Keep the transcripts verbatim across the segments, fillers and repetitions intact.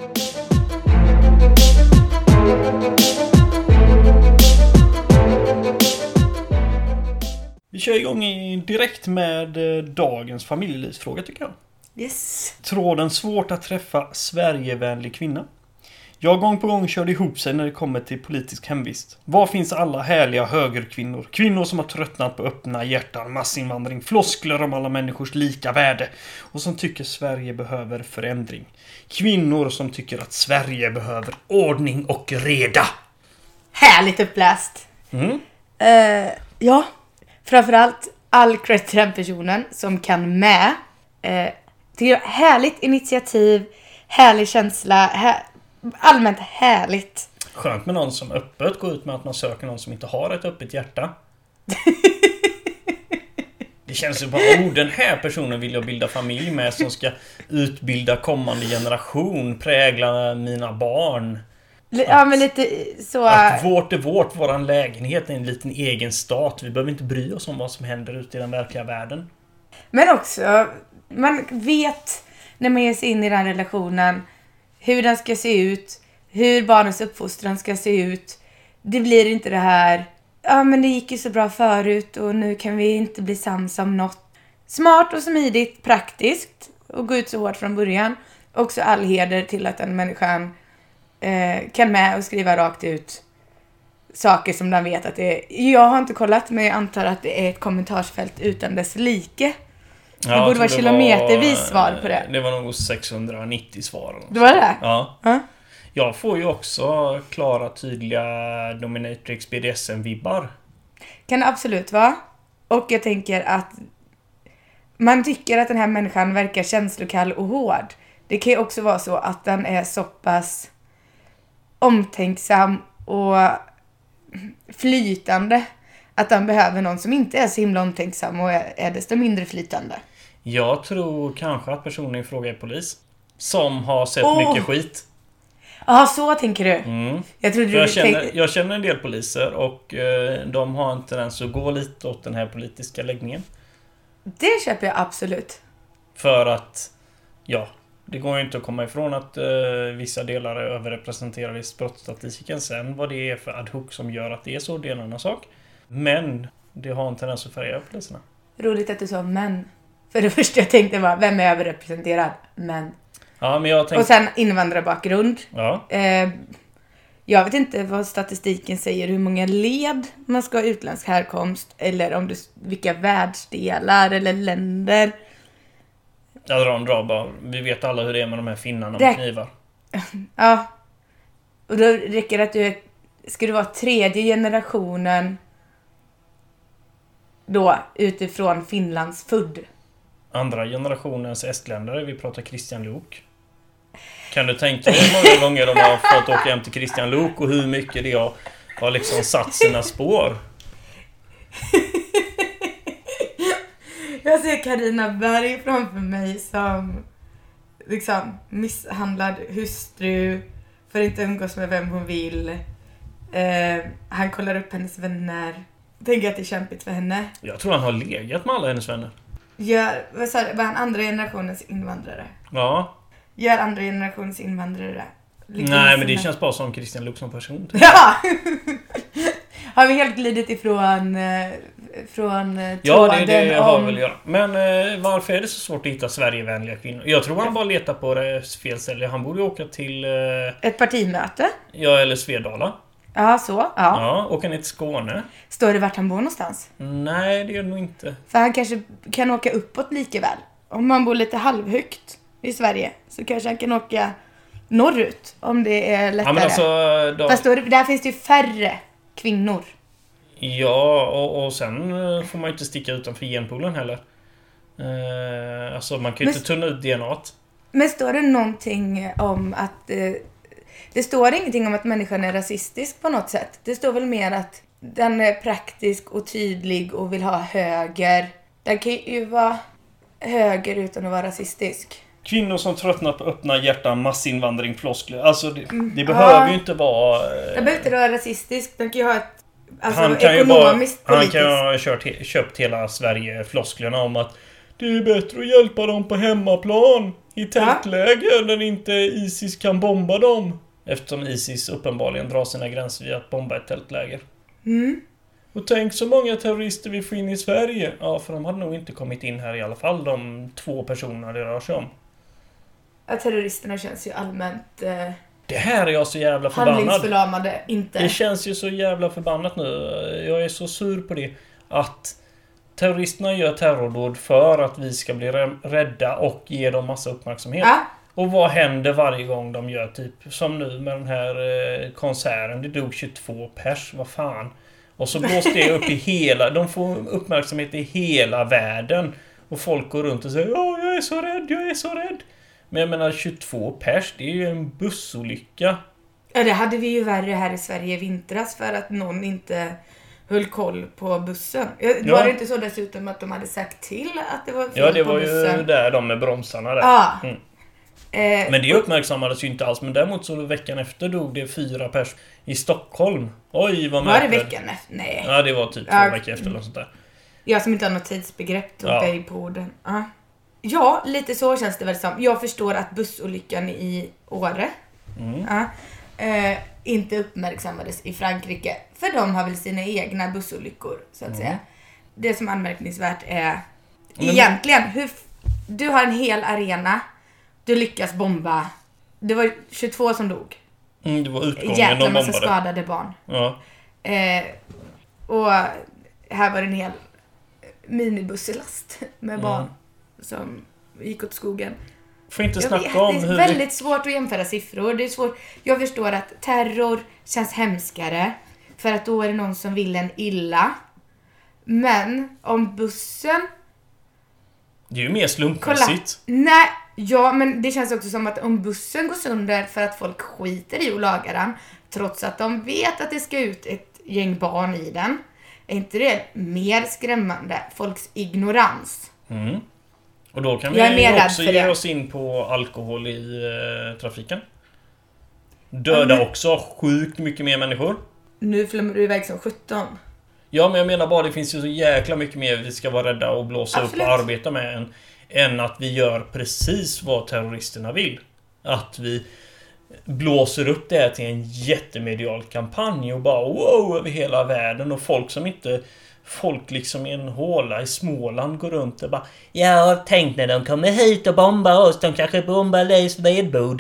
Vi kör igång i direkt med dagens familjelivsfråga tycker jag. Yes. Tråden svårt att träffa Sverigevänlig kvinna. Jag gång på gång körde ihop sig när det kommer till politisk hemvist. Var finns alla härliga högerkvinnor? Kvinnor som har tröttnat på öppna hjärtan, massinvandring, floskler om alla människors lika värde och som tycker Sverige behöver förändring. Kvinnor som tycker att Sverige behöver ordning och reda. Härligt uppläst. Mm. Uh, ja, framförallt all credit till den personen som kan med. Uh, det är härligt initiativ, härlig känsla, här, allmänt härligt. Skönt med någon som öppet går ut med att man söker någon som inte har ett öppet hjärta. Det känns ju bara, oh, den här personen vill jag bilda familj med som ska utbilda kommande generation, prägla mina barn. Ja, att, men lite så... Att vårt är vårt, våran lägenhet är en liten egen stat. Vi behöver inte bry oss om vad som händer ute i den verkliga världen. Men också, man vet när man ger sig in i den relationen hur den ska se ut, hur barnens uppfostran ska se ut. Det blir inte det här, ja men det gick ju så bra förut och nu kan vi inte bli sams om något. Smart och smidigt, praktiskt och gå ut så hårt från början. Också all heder till att den människan eh, kan med och skriva rakt ut saker som den vet att det är. Jag har inte kollat, men jag antar att det är ett kommentarsfält utan dess like. Det Ja, borde vara det kilometervis var, svar på det. Det var nog sexhundranittio svar. Det var det? Ja. Ja. Jag får ju också klara, tydliga Dominatrix B D S M-vibbar. Kan det absolut vara. Och jag tänker att man tycker att den här människan verkar känslokall och hård. Det kan ju också vara så att den är så pass omtänksam och flytande att den behöver någon som inte är så himla omtänksam och är desto mindre flytande. Jag tror kanske att personen i fråga är polis. Som har sett oh. mycket skit. Ja, så tänker du. Mm. Jag, trodde jag, du känner, tänkte... jag känner en del poliser och eh, de har en tendens att gå lite åt den här politiska läggningen. Det köper jag absolut. För att, ja, det går ju inte att komma ifrån att eh, vissa delar är överrepresenterade i brottsstatistiken. Sen vad det är för ad hoc som gör att det är så, det är en annan sak. Men det har en tendens att färga poliserna. Roligt att du sa män. För det första jag tänkte var, vem är överrepresenterad? Män. Ja, men jag tänkte... Och sen invandrarbakgrund. Ja. Eh, jag vet inte vad statistiken säger, hur många led man ska ha utländsk härkomst. Eller om du, vilka världsdelar eller länder. Jag drar en dra bara. Vi vet alla hur det är med de här finnarna det... med knivar. Ja. Och då räcker det att du är, ska du vara tredje generationen då utifrån Finlands född. Andra generationens estländare, vi pratar Christian Luuk. Kan du tänka dig hur många gånger de har fått åka hem till Christian Luuk och hur mycket det har, har liksom satt sina spår? Jag ser Carina Berg framför mig som liksom misshandlad hustru, för att inte umgås med vem hon vill. Eh, han kollar upp hennes vänner. Tänker att det är kämpigt för henne. Jag tror han har legat med alla hennes vänner. Gör, vad sa du? Var han andra generationens invandrare? Ja. Gör andra generationens invandrare det? Nej, men det känns bara som Christian Luuk som person. Ja! Har vi helt glidit ifrån från ja, det, det om... har vi väl göra. Men eh, varför är det så svårt att hitta Sverigevänliga kvinnor? Jag tror han bara letar på det fel ställe. Han borde åka till... Eh... ett partimöte? Ja, eller Svedala. Ja, så. Ja, ja åka ner till Skåne. Står det vart han bor någonstans? Nej, det gör det nog inte. För han kanske kan åka uppåt lika väl. Om man bor lite halvhögt i Sverige så kanske han kan åka norrut om det är lättare. Ja, men alltså, då... Fast då, där finns det ju färre kvinnor. Ja, och, och sen får man ju inte sticka utanför genpoolen heller. Eh, alltså man kan ju men, inte tunna ut D N A-t. Men står det någonting om att... Eh, det står ingenting om att människan är rasistisk på något sätt. Det står väl mer att den är praktisk och tydlig och vill ha höger. Den kan ju vara höger utan att vara rasistisk. Kvinnor som tröttnar på öppna hjärtan, massinvandring, floskler. Alltså det, mm. det behöver ja. ju inte vara... Det behöver inte vara rasistisk. Den kan ju ha ett alltså, han kan ekonomiskt ju bara, politiskt. Han kan ju ha kört, köpt hela Sverige flosklerna om att det är bättre att hjälpa dem på hemmaplan. i tältläger där inte ISIS kan bomba dem. Eftersom ISIS uppenbarligen drar sina gränser vid att bomba ett tältläger. Mm. Och tänk så många terrorister vi får in i Sverige. Ja, för de hade nog inte kommit in här i alla fall, de två personerna det rör sig om. Ja, terroristerna känns ju allmänt... Eh, det här är jag så jävla förbannad. Handlingsförlamade, inte. Det känns ju så jävla förbannat nu. Jag är så sur på det. Att terroristerna gör terrordåd för att vi ska bli rädda och ge dem massa uppmärksamhet. Ja. Och vad händer varje gång de gör typ som nu med den här eh, konserten. Det dog tjugotvå pers, vad fan. Och så blåste det upp i hela... De får uppmärksamhet i hela världen. Och folk går runt och säger ja, jag är så rädd, jag är så rädd. Men jag menar tjugotvå pers, det är ju en bussolycka. Ja, det hade vi ju värre här i Sverige i vintras för att någon inte höll koll på bussen. Var ja. det inte så dessutom att de hade sagt till att det var fel ja, det på var bussen? ju där de med bromsarna där. Ja. Mm. Eh, Men det uppmärksammades ju inte alls. Men däremot så veckan efter dog det fyra pers i Stockholm. Oj, vad Var det märkligt. veckan efter? Nej. Ja, det var typ två ja. veckor efter eller sånt där. Jag som inte har något tidsbegrepp tog ja. dig på orden. Ja. Ja, lite så känns det väl som. Jag förstår att bussolyckan i Åre Mm. ja, eh, inte uppmärksammades i Frankrike. För de har väl sina egna bussolyckor, så att Mm. säga. Det som är anmärkningsvärt är Men... egentligen hur f- du har en hel arena. Du lyckas bomba. Det var tjugotvå som dog. Mm, det var utgången Jäkla de massa bombade. skadade barn. Ja. Eh, och här var det en hel minibusselast med barn Mm. som gick åt skogen. Får inte Jag snacka vet, om det är hur... väldigt svårt att jämföra siffror. Det är svårt. Jag förstår att terror känns hemskare för att då är det någon som vill en illa. Men om bussen... Det är ju mer slumpmässigt. Nej, ja, men det känns också som att om bussen går sönder för att folk skiter i att laga den, trots att de vet att det ska ut ett gäng barn i den, är inte det mer skrämmande? Folks ignorans. Mm. Och då kan Jag är vi mer rädd också för ge det. oss in på alkohol i eh, trafiken. Döda Mm. också sjukt mycket mer människor. Nu flummar du iväg som sjutton. Ja, men jag menar bara, det finns ju så jäkla mycket mer vi ska vara rädda och blåsa Absolut. upp och arbeta med än, än att vi gör precis vad terroristerna vill. Att vi blåser upp det här till en jättemedial kampanj och bara wow över hela världen, och folk som inte... Folk liksom i en håla i Småland går runt och bara ja, tänk när de kommer hit och bombar oss, de kanske bombar Leifs vedbod.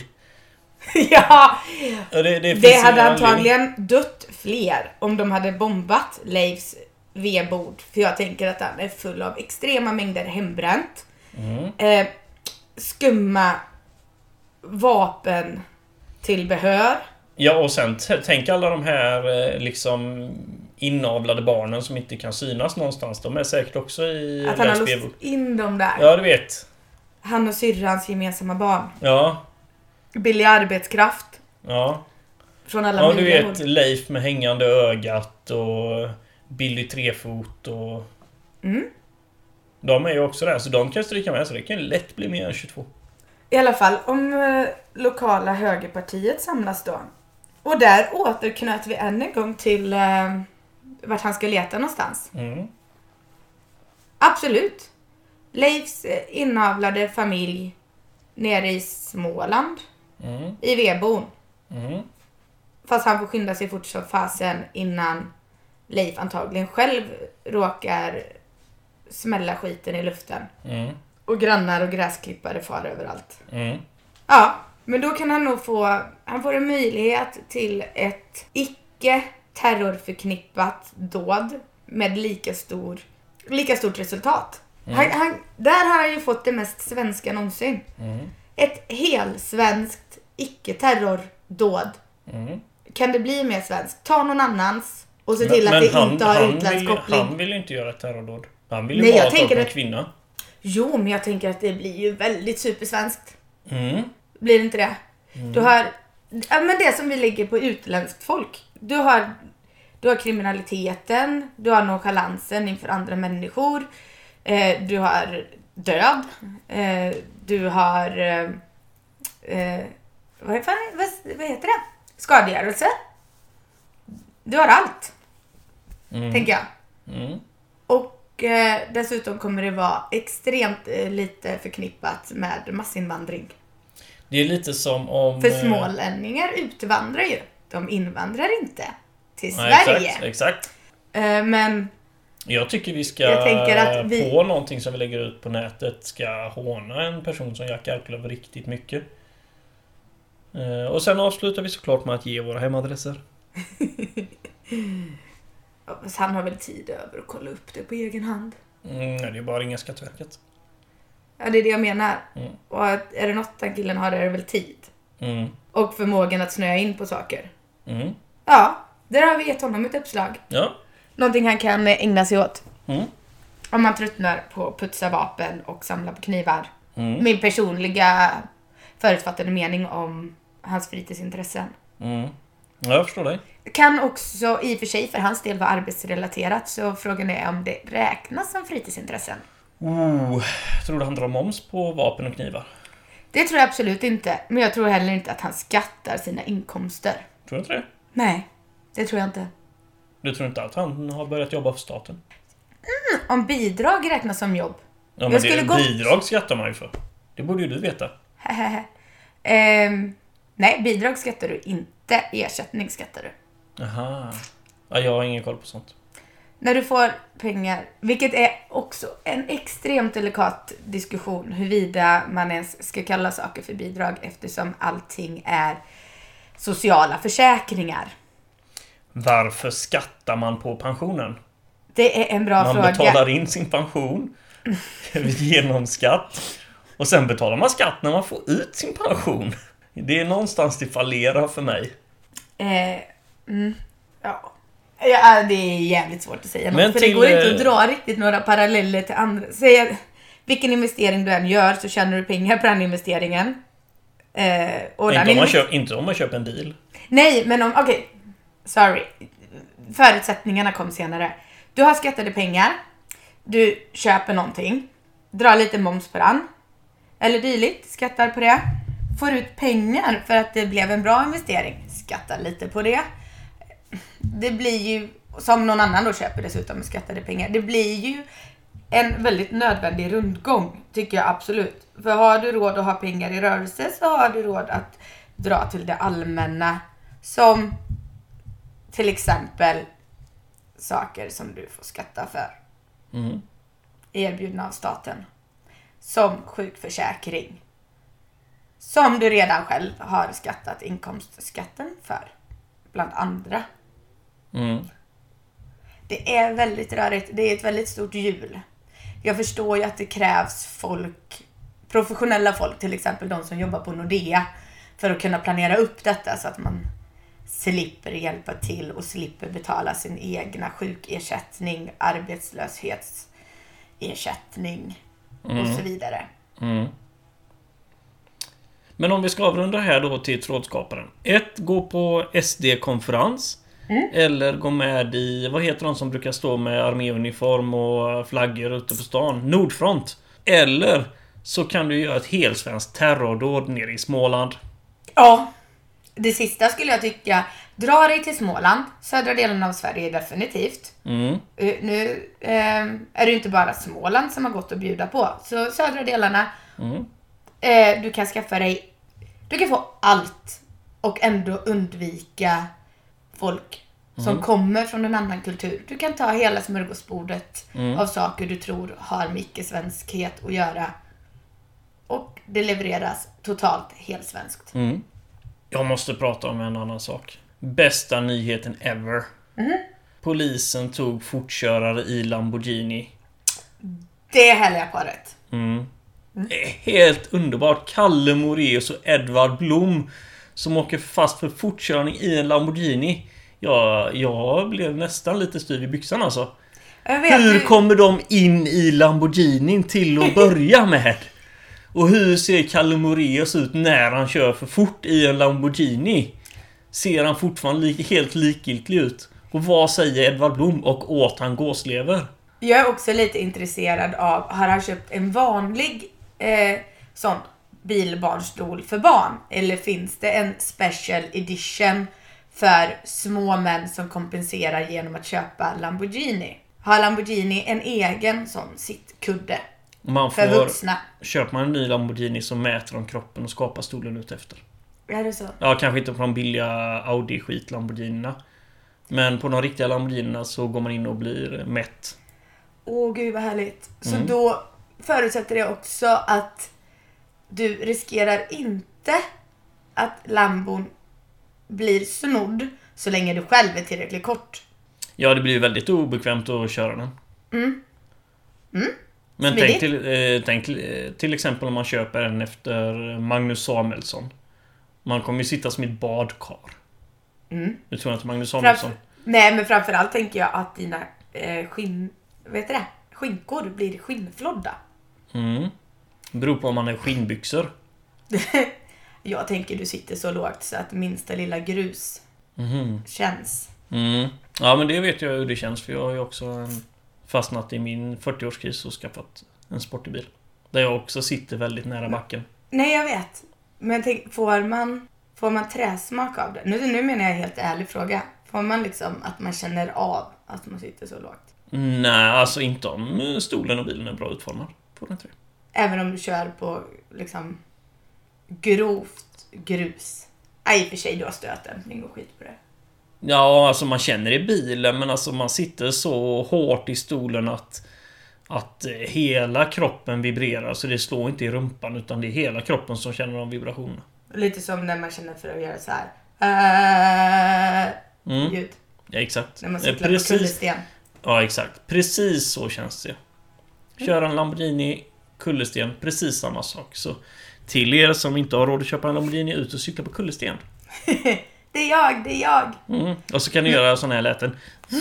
Ja, Och det, det, det hade antagligen dött fler om de hade bombat Leifs vedbord. För jag tänker att den är full av extrema mängder hembränt. Mm. Eh, skumma vapen tillbehör. Ja, och sen t- tänk alla de här eh, liksom inavlade barnen som inte kan synas någonstans. De är säkert också i Att han har Leifs låst vedbod. in dem där. Ja, du vet. Han och syrrans gemensamma barn. Ja, Billig arbetskraft. ja. Från alla Ja, du möjliga vet håll. Leif med hängande ögat och Billy Trefot och... Mm. De är ju också där, så de kan stryka med, så det kan lätt bli mer än tjugotvå. I alla fall, om eh, lokala högerpartiet samlas då. Och där återknöt vi än en gång till eh, vart han ska leta någonstans. Mm. Absolut. Leifs eh, inavlade familj nere i Småland. Mm. I vedbon. Mm. Fast han får skynda sig fort som fasen innan Leif antagligen själv råkar smälla skiten i luften. Mm. Och grannar och gräsklippare far överallt. Mm. Ja, men då kan han nog få... Han får en möjlighet till ett icke-terrorförknippat dåd med lika stor, lika stort resultat. Mm. Han, han, där har han ju fått det mest svenska någonsin. Mm. Ett helsvenskt icke-terrordåd. Mm. Kan det bli mer svenskt? Ta någon annans och se till att det han, inte har han utländsk vill, koppling. Han vill ju inte göra ett terrordåd. Han vill ju Nej, bara jag ta tänker på en att- kvinna. Jo, men jag tänker att det blir ju väldigt supersvenskt. Mm. Blir det inte det? Mm. Du har... Ja, men det som vi lägger på utländskt folk. Du har, du har kriminaliteten, du har nonchalansen inför andra människor, eh, du har död, eh, du har... Eh, eh, vad, fan, vad, vad heter det? Skadegörelse. Du har allt, Mm. tänker jag. Mm. Och Och eh, dessutom kommer det vara extremt eh, lite förknippat med massinvandring. Det är lite som om... För smålänningar utvandrar ju. De invandrar inte till Nej, Sverige. Exakt, exakt. Eh, men... Jag tycker vi ska Jag tänker att vi... på någonting som vi lägger ut på nätet ska håna en person som Jack Arklöv riktigt mycket. Eh, och sen avslutar vi såklart med att ge våra hemadresser. Ja, han har väl tid över att kolla upp det på egen hand. Mm, det är bara inga Skatteverket. Ja, det är det jag menar. Mm. Och att är det något den killen har, är det väl tid. Mm. Och förmågan att snöa in på saker. Mm. Ja, där har vi gett honom ett uppslag. Ja. Någonting han kan ägna sig åt. Mm. Om man tröttnar på att putsa vapen och samla på knivar. Mm. Min personliga förutfattade mening om hans fritidsintressen. Mm. Ja, jag förstår dig. Kan också i och för sig för hans del vara arbetsrelaterat. Så frågan är om det räknas som fritidsintressen. Oh, tror du han drar moms på vapen och knivar? Det tror jag absolut inte. Men jag tror heller inte att han skattar sina inkomster. Tror du inte det? Nej, det tror jag inte. Du tror inte att han har börjat jobba för staten? Mm, om bidrag räknas som jobb. Ja, men det gå... bidrag skattar man ju för. Det borde ju du veta. um, nej, bidrag skattar du inte. Ersättning skattar du. Aha. Ja, jag har ingen koll på sånt. När du får pengar, vilket är också en extremt delikat diskussion huruvida man ens ska kalla saker för bidrag eftersom allting är sociala försäkringar. Varför skattar man på pensionen? Det är en bra man fråga. Man betalar in sin pension genom skatt och sen betalar man skatt när man får ut sin pension. Det är någonstans det fallerar för mig. Eh, mm, ja. Ja, det är jävligt svårt att säga något, för till, det går inte att dra riktigt några paralleller till andra. Säg, vilken investering du än gör så tjänar du pengar på den investeringen. Eh, och inte, den om man köper, inte om man köper en bil. Nej, men om... Okej, okay, sorry. Förutsättningarna kom senare. Du har skattade pengar. Du köper någonting. Drar lite moms på den. Eller dylikt, skattar på det. Får ut pengar för att det blev en bra investering. Skattar lite på det. Det blir ju, som någon annan då köper dessutom med skattade pengar, det blir ju en väldigt nödvändig rundgång, tycker jag absolut. För har du råd att ha pengar i rörelse så har du råd att dra till det allmänna, som till exempel saker som du får skatta för. Mm. Erbjudna av staten. Som sjukförsäkring. Som du redan själv har skattat inkomstskatten för. Bland andra. Mm. Det är väldigt rörigt. Det är ett väldigt stort hjul. Jag förstår ju att det krävs folk, professionella folk, till exempel de som jobbar på Nordea, för att kunna planera upp detta så att man slipper hjälpa till och slipper betala sin egna sjukersättning, arbetslöshetsersättning mm. och så vidare. Mm. Men om vi ska avrunda här då till trådskaparen. Ett, gå på S D-konferens. Mm. Eller gå med i, vad heter de som brukar stå med arméuniform och flaggor ute på stan? Nordfront. Eller så kan du göra ett helsvenskt terrordåd nere i Småland. Ja, det sista skulle jag tycka. Dra dig till Småland, södra delen av Sverige definitivt. Mm. Nu eh, är det inte bara Småland som har gått att bjuda på. Så södra delarna, mm. eh, du kan skaffa dig, du kan få allt och ändå undvika folk som mm. kommer från en annan kultur. Du kan ta hela smörgåsbordet mm. av saker du tror har med icke-svenskhet att göra. Och det levereras totalt helt svenskt. Mm. Jag måste prata om en annan sak. Bästa nyheten ever. Mm. Polisen tog fortkörare i Lamborghini. Det är härliga paret. Mm. Mm. Helt underbart. Kalle Moraeus och Edvard Blom som åker fast för fortkörning i en Lamborghini. Ja, jag blev nästan lite styv i byxan alltså. Hur du... kommer de in i Lamborghinin till att börja med? Och hur ser Kalle Moraeus ut när han kör för fort i en Lamborghini? Ser han fortfarande li- helt likgiltig ut? Och vad säger Edvard Blom och åt han gåslever? Jag är också lite intresserad av, har han köpt en vanlig eh, sån bilbarnstol för barn? Eller finns det en special edition för små män som kompenserar genom att köpa Lamborghini? har Lamborghini en egen sån sittkudde. Man för får, vuxna. köper man en ny Lamborghini så mäter de kroppen och skapar stolen ut efter. Är det så? Ja, kanske inte på de billiga Audi-skit Lamborghinierna. Men på de riktiga Lamborghinierna så går man in och blir mätt. Åh gud vad härligt. Så Mm. då förutsätter det också att du riskerar inte att Lambon blir snodd så länge du själv är tillräckligt kort. Ja, det blir ju väldigt obekvämt att köra den. Mm. Mm. Men Smidigt. tänk till, eh, tänk till, eh, till exempel om man köper en efter Magnus Samuelsson. Man kommer ju sitta som ett badkar. Mm. Du tror att Magnus Samuelsson... Framför, nej, men framförallt tänker jag att dina eh, skinn... Vet du det? Skinkor blir skinnflodda. Mm. Beror på om man är skinnbyxor. Jag tänker du sitter så lågt så att minsta lilla grus Mhm. känns. Mm. Ja, men det vet jag hur det känns. För jag har ju också en, fastnat i min fyrtioårskris och skaffat en sportig bil. Där jag också sitter väldigt nära backen. Nej, jag vet. Men tänk, får man får man träsmak av det? Nu, nu menar jag en helt ärlig fråga. Får man liksom att man känner av att man sitter så lågt? Nej, alltså inte om stolen och bilen är bra utformad. Får det inte det? Även om du kör på liksom grovt grus. Nej, i och för sig, du har stötdämpning och skit på det. Ja, alltså man känner i bilen, men alltså man sitter så hårt i stolen att att hela kroppen vibrerar, så det slår inte i rumpan utan det är hela kroppen som känner de vibrationerna. Lite som när man känner för att göra så här äh, Mm. ljud. Ja, exakt. När man Eh, cyklar på kullersten. Ja, exakt. Precis så känns det. Köra en Lamborghini, kullersten, precis samma sak. Så till er som inte har råd att köpa en Lamborghini, ut och cykla på kullersten. Det är jag, det är jag. Mm. Och så kan ni göra sån här läten.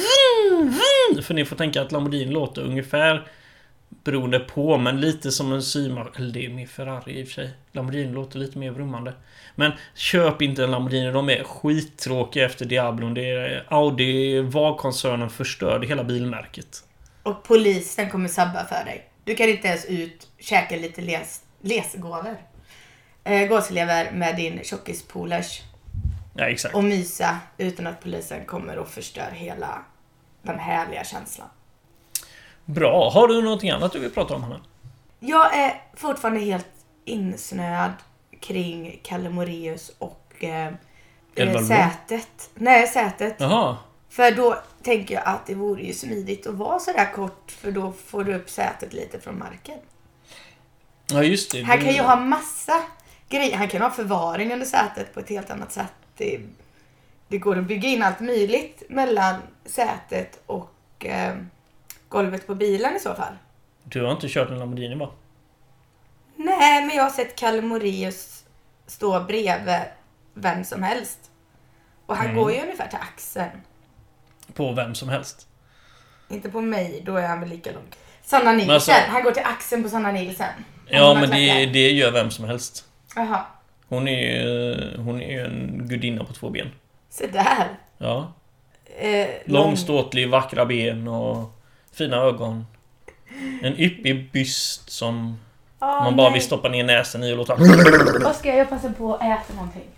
För ni får tänka att Lamborghini låter ungefär beroende på, men lite som en symaskin. Eller det är min Ferrari i och för sig. Lamborghini låter lite mer brummande. Men köp inte en Lamborghini, de är skittråkiga efter Diablon. Det är Audi, VAG-koncernen förstörde hela bilmärket. Och polisen kommer sabba för dig. Du kan inte ens ut käka lite les, lesgåver. Eh, gåslever med din tjockispolers. Ja, exakt. Och mysa utan att polisen kommer och förstör hela den härliga känslan. Bra. Har du någonting annat du vill prata om, Hanna? Jag är fortfarande helt insnöad kring Kalle Moraeus och eh, Edvard sätet. Nej, sätet. Jaha. För då tänker jag att det vore ju smidigt att vara så där kort, för då får du upp sätet lite från marken. Ja, just det. Han kan ju ha massa grejer. Han kan ha förvaring under sätet på ett helt annat sätt. Det, det går att bygga in allt möjligt mellan sätet och eh, golvet på bilen i så fall. Du har inte kört en Lamborghini, va? Nej, men jag har sett Kalle Moraeus stå bredvid vem som helst. Och han Mm. går ju ungefär till axeln. På vem som helst. Inte på mig, då är han väl lika lång. Sanna Nielsen, alltså- han går till axeln på Sanna Nielsen. Ja, men det, det gör vem som helst. Jaha, Hon är ju, hon är ju en gudinna på två ben. så där. Ja. Eh, Lång, ståtlig, vackra ben och fina ögon. En yppig byst som Åh, man bara nej. vill stoppa ner näsen i och låta... Oskar, jag passar på att äta någonting.